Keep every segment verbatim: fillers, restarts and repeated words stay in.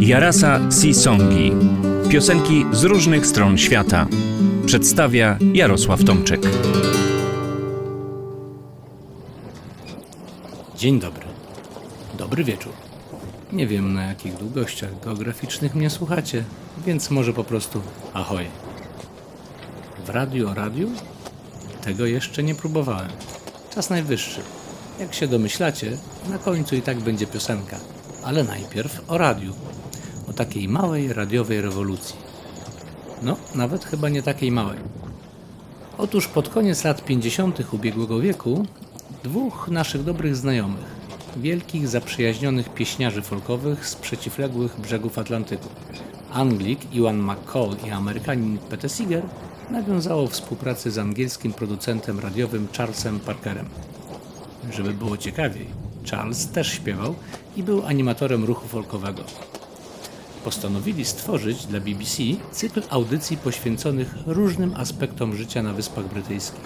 Jarasa Si-Songi. Piosenki z różnych stron świata. Przedstawia Jarosław Tomczyk. Dzień dobry. Dobry wieczór. Nie wiem, na jakich długościach geograficznych mnie słuchacie, więc może po prostu ahoj. W radiu o radiu? Tego jeszcze nie próbowałem. Czas najwyższy. Jak się domyślacie, na końcu i tak będzie piosenka. Ale najpierw o radiu. O takiej małej radiowej rewolucji. No, nawet chyba nie takiej małej. Otóż pod koniec lat pięćdziesiątych ubiegłego wieku dwóch naszych dobrych znajomych, wielkich, zaprzyjaźnionych pieśniarzy folkowych z przeciwległych brzegów Atlantyku, Anglik Ewan McCall i Amerykanin Pete Seeger, nawiązało współpracę z angielskim producentem radiowym Charlesem Parkerem. Żeby było ciekawiej, Charles też śpiewał i był animatorem ruchu folkowego. Postanowili stworzyć dla B B C cykl audycji poświęconych różnym aspektom życia na Wyspach Brytyjskich.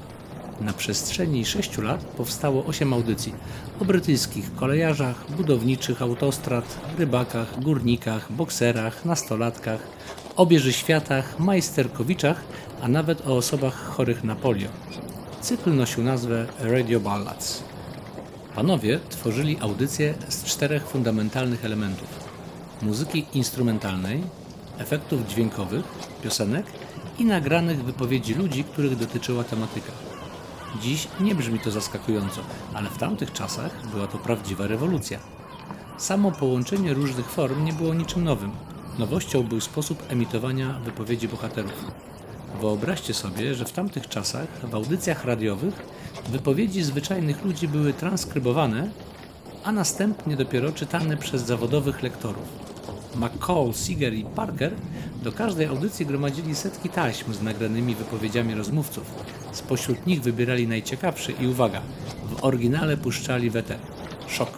Na przestrzeni sześciu lat powstało osiem audycji o brytyjskich kolejarzach, budowniczych autostrad, rybakach, górnikach, bokserach, nastolatkach, obieżyświatach, majsterkowiczach, a nawet o osobach chorych na polio. Cykl nosił nazwę Radio Ballads. Panowie tworzyli audycje z czterech fundamentalnych elementów: muzyki instrumentalnej, efektów dźwiękowych, piosenek i nagranych wypowiedzi ludzi, których dotyczyła tematyka. Dziś nie brzmi to zaskakująco, ale w tamtych czasach była to prawdziwa rewolucja. Samo połączenie różnych form nie było niczym nowym. Nowością był sposób emitowania wypowiedzi bohaterów. Wyobraźcie sobie, że w tamtych czasach w audycjach radiowych wypowiedzi zwyczajnych ludzi były transkrybowane, a następnie dopiero czytane przez zawodowych lektorów. McCall, Seeger i Parker do każdej audycji gromadzili setki taśm z nagranymi wypowiedziami rozmówców. Spośród nich wybierali najciekawsze i uwaga, w oryginale puszczali w eter. Szok.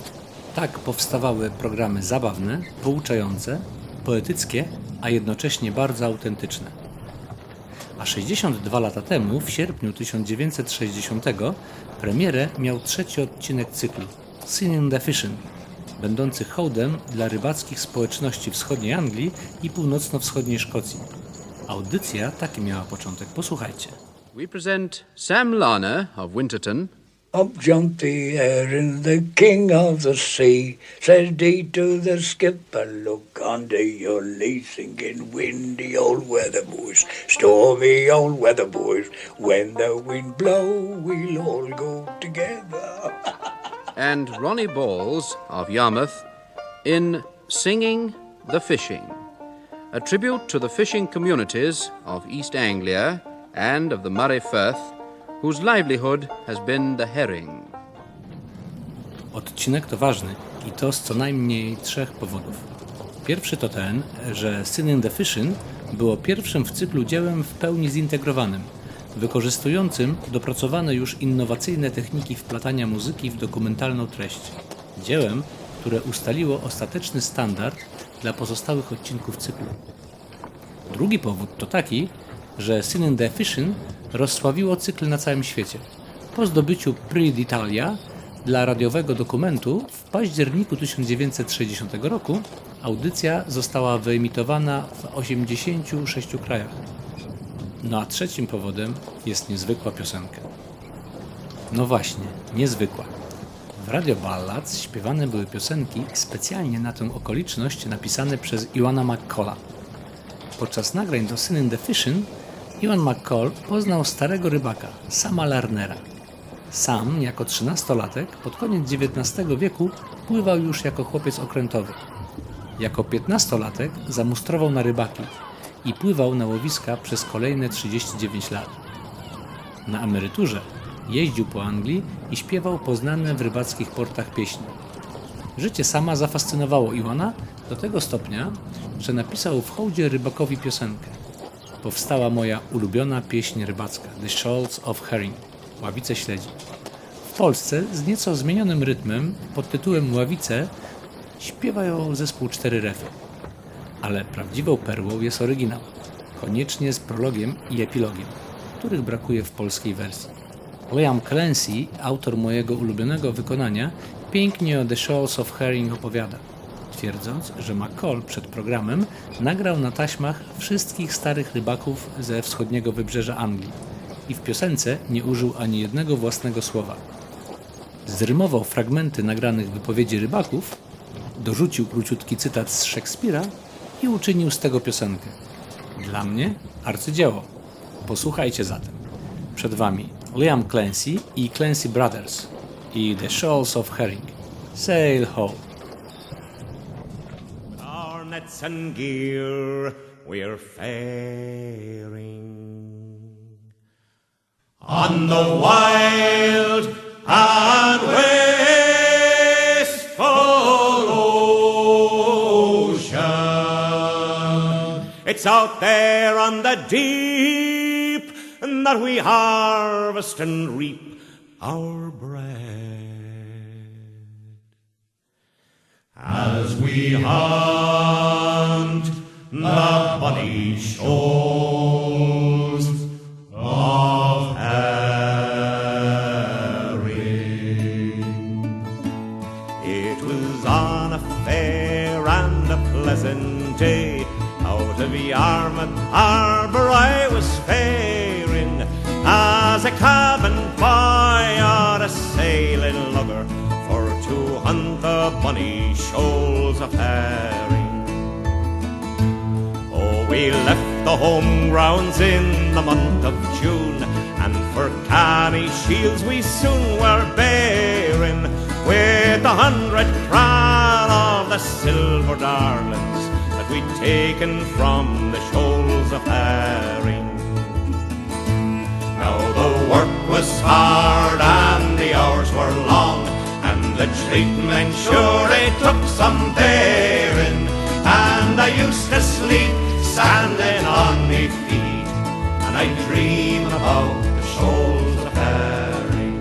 Tak powstawały programy zabawne, pouczające, poetyckie, a jednocześnie bardzo autentyczne. A sześćdziesiąt dwa lata temu, w sierpniu tysiąc dziewięćset sześćdziesiątego, premierę miał trzeci odcinek cyklu Singing the Fishing, będący hołdem dla rybackich społeczności wschodniej Anglii i północno-wschodniej Szkocji. Audycja taki miała początek. Posłuchajcie. We present Sam Larner of Winterton. Up jumped the heron, the king of the sea, says he to the skipper, look under your lee, singing windy old weather boys, stormy old weather boys, when the wind blow, we'll all go together. And Ronnie Balls of Yarmouth in Singing the Fishing, a tribute to the fishing communities of East Anglia and of the Moray Firth, whose livelihood has been the herring. Odcinek to ważny i to z co najmniej trzech powodów. Pierwszy to ten, że Singing the Fishing było pierwszym w cyklu dziełem w pełni zintegrowanym, wykorzystującym dopracowane już innowacyjne techniki wplatania muzyki w dokumentalną treść. Dziełem, które ustaliło ostateczny standard dla pozostałych odcinków cyklu. Drugi powód to taki, że Singing the Fishing rozsławiło cykl na całym świecie. Po zdobyciu Prix d'Italia dla radiowego dokumentu w październiku tysiąc dziewięćset sześćdziesiątego roku audycja została wyemitowana w osiemdziesięciu sześciu krajach. No a trzecim powodem jest niezwykła piosenka. No właśnie, niezwykła. W Radio Ballads śpiewane były piosenki specjalnie na tę okoliczność napisane przez Ewana McCalla. Podczas nagrań do Singing the Fishing Ewan McCall poznał starego rybaka, Sama Larnera. Sam, jako trzynastolatek, pod koniec dziewiętnastego wieku pływał już jako chłopiec okrętowy. Jako piętnastolatek zamustrował na rybaki i pływał na łowiska przez kolejne trzydzieści dziewięć lat. Na emeryturze jeździł po Anglii i śpiewał poznane w rybackich portach pieśni. Życie Sama zafascynowało Ewana do tego stopnia, że napisał w hołdzie rybakowi piosenkę. Powstała moja ulubiona pieśń rybacka, The Shoals of Herring, Ławice śledzi. W Polsce z nieco zmienionym rytmem pod tytułem Ławice śpiewa ją zespół Cztery Refy. Ale prawdziwą perłą jest oryginał, koniecznie z prologiem i epilogiem, których brakuje w polskiej wersji. Liam Clancy, autor mojego ulubionego wykonania, pięknie o The Shoals of Herring opowiada. twierdząc, że McCall przed programem nagrał na taśmach wszystkich starych rybaków ze wschodniego wybrzeża Anglii i w piosence nie użył ani jednego własnego słowa. Zrymował fragmenty nagranych wypowiedzi rybaków, dorzucił króciutki cytat z Szekspira i uczynił z tego piosenkę. Dla mnie arcydzieło. Posłuchajcie zatem. Przed wami Liam Clancy i Clancy Brothers i The Shoals of Herring. Sail ho! With our nets and gear we're faring on the wild and wasteful ocean. It's out there on the deep that we harvest and reap our bread. As we hunt the bonny shoals of herring. It was on a fair and a pleasant day, out of Yarmouth harbour I was faring, as a cabin boy or a sailing lugger, for to hunt the bonny shoals of herring. Oh, we left the home grounds in the month of June, and for canny shields we soon were bearing, with a hundred crown of the silver darlings that we'd taken from the shoals of herring. Now the work was hard and the hours were long, and the treatment sure it took some bearing, and I used to sleep standing on me feet, and I dream about the shoals of herring.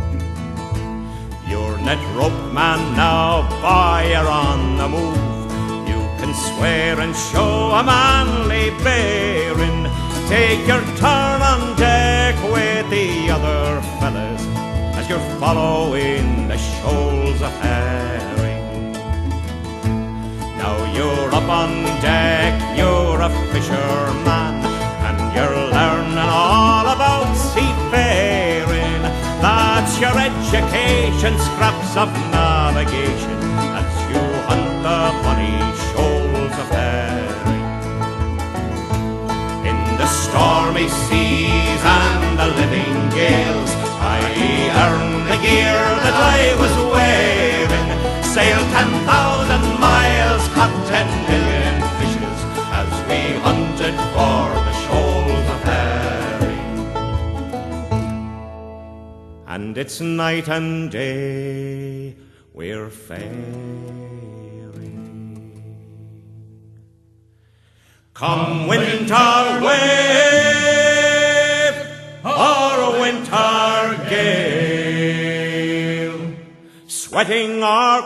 Your net rope man now, boy, you're on the move, you can swear and show a manly bearing. Take your turn on deck with the other fellas as you're following the shoals of herring. Now you're up on deck, you're a fisherman, and you're learning all about seafaring. That's your education, scraps of navigation, as you hunt the bonny shoals of herring. In the stormy seas and the living gales, I earned the gear that I was wearing, sailed ten thousand miles, caught ten million fishes, as we hunted for the shoals of herring. And it's night and day we're faring. Come winter wave or winter gale, sweating our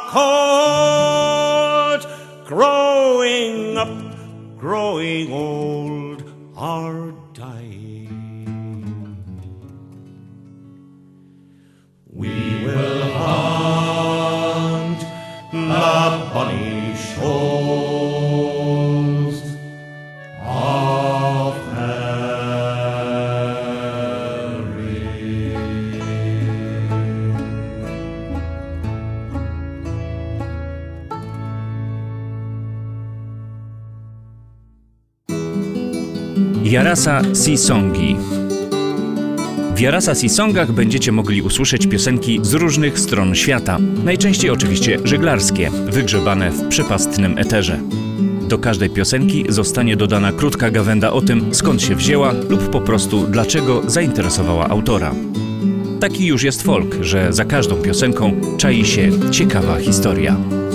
coat, growing up, growing old, or dying. We will hunt the bonny shoals of Yarasa Sea Songi. W Yarasa Sea Songach będziecie mogli usłyszeć piosenki z różnych stron świata, najczęściej oczywiście żeglarskie, wygrzebane w przepastnym eterze. Do każdej piosenki zostanie dodana krótka gawęda o tym, skąd się wzięła lub po prostu dlaczego zainteresowała autora. Taki już jest folk, że za każdą piosenką czai się ciekawa historia.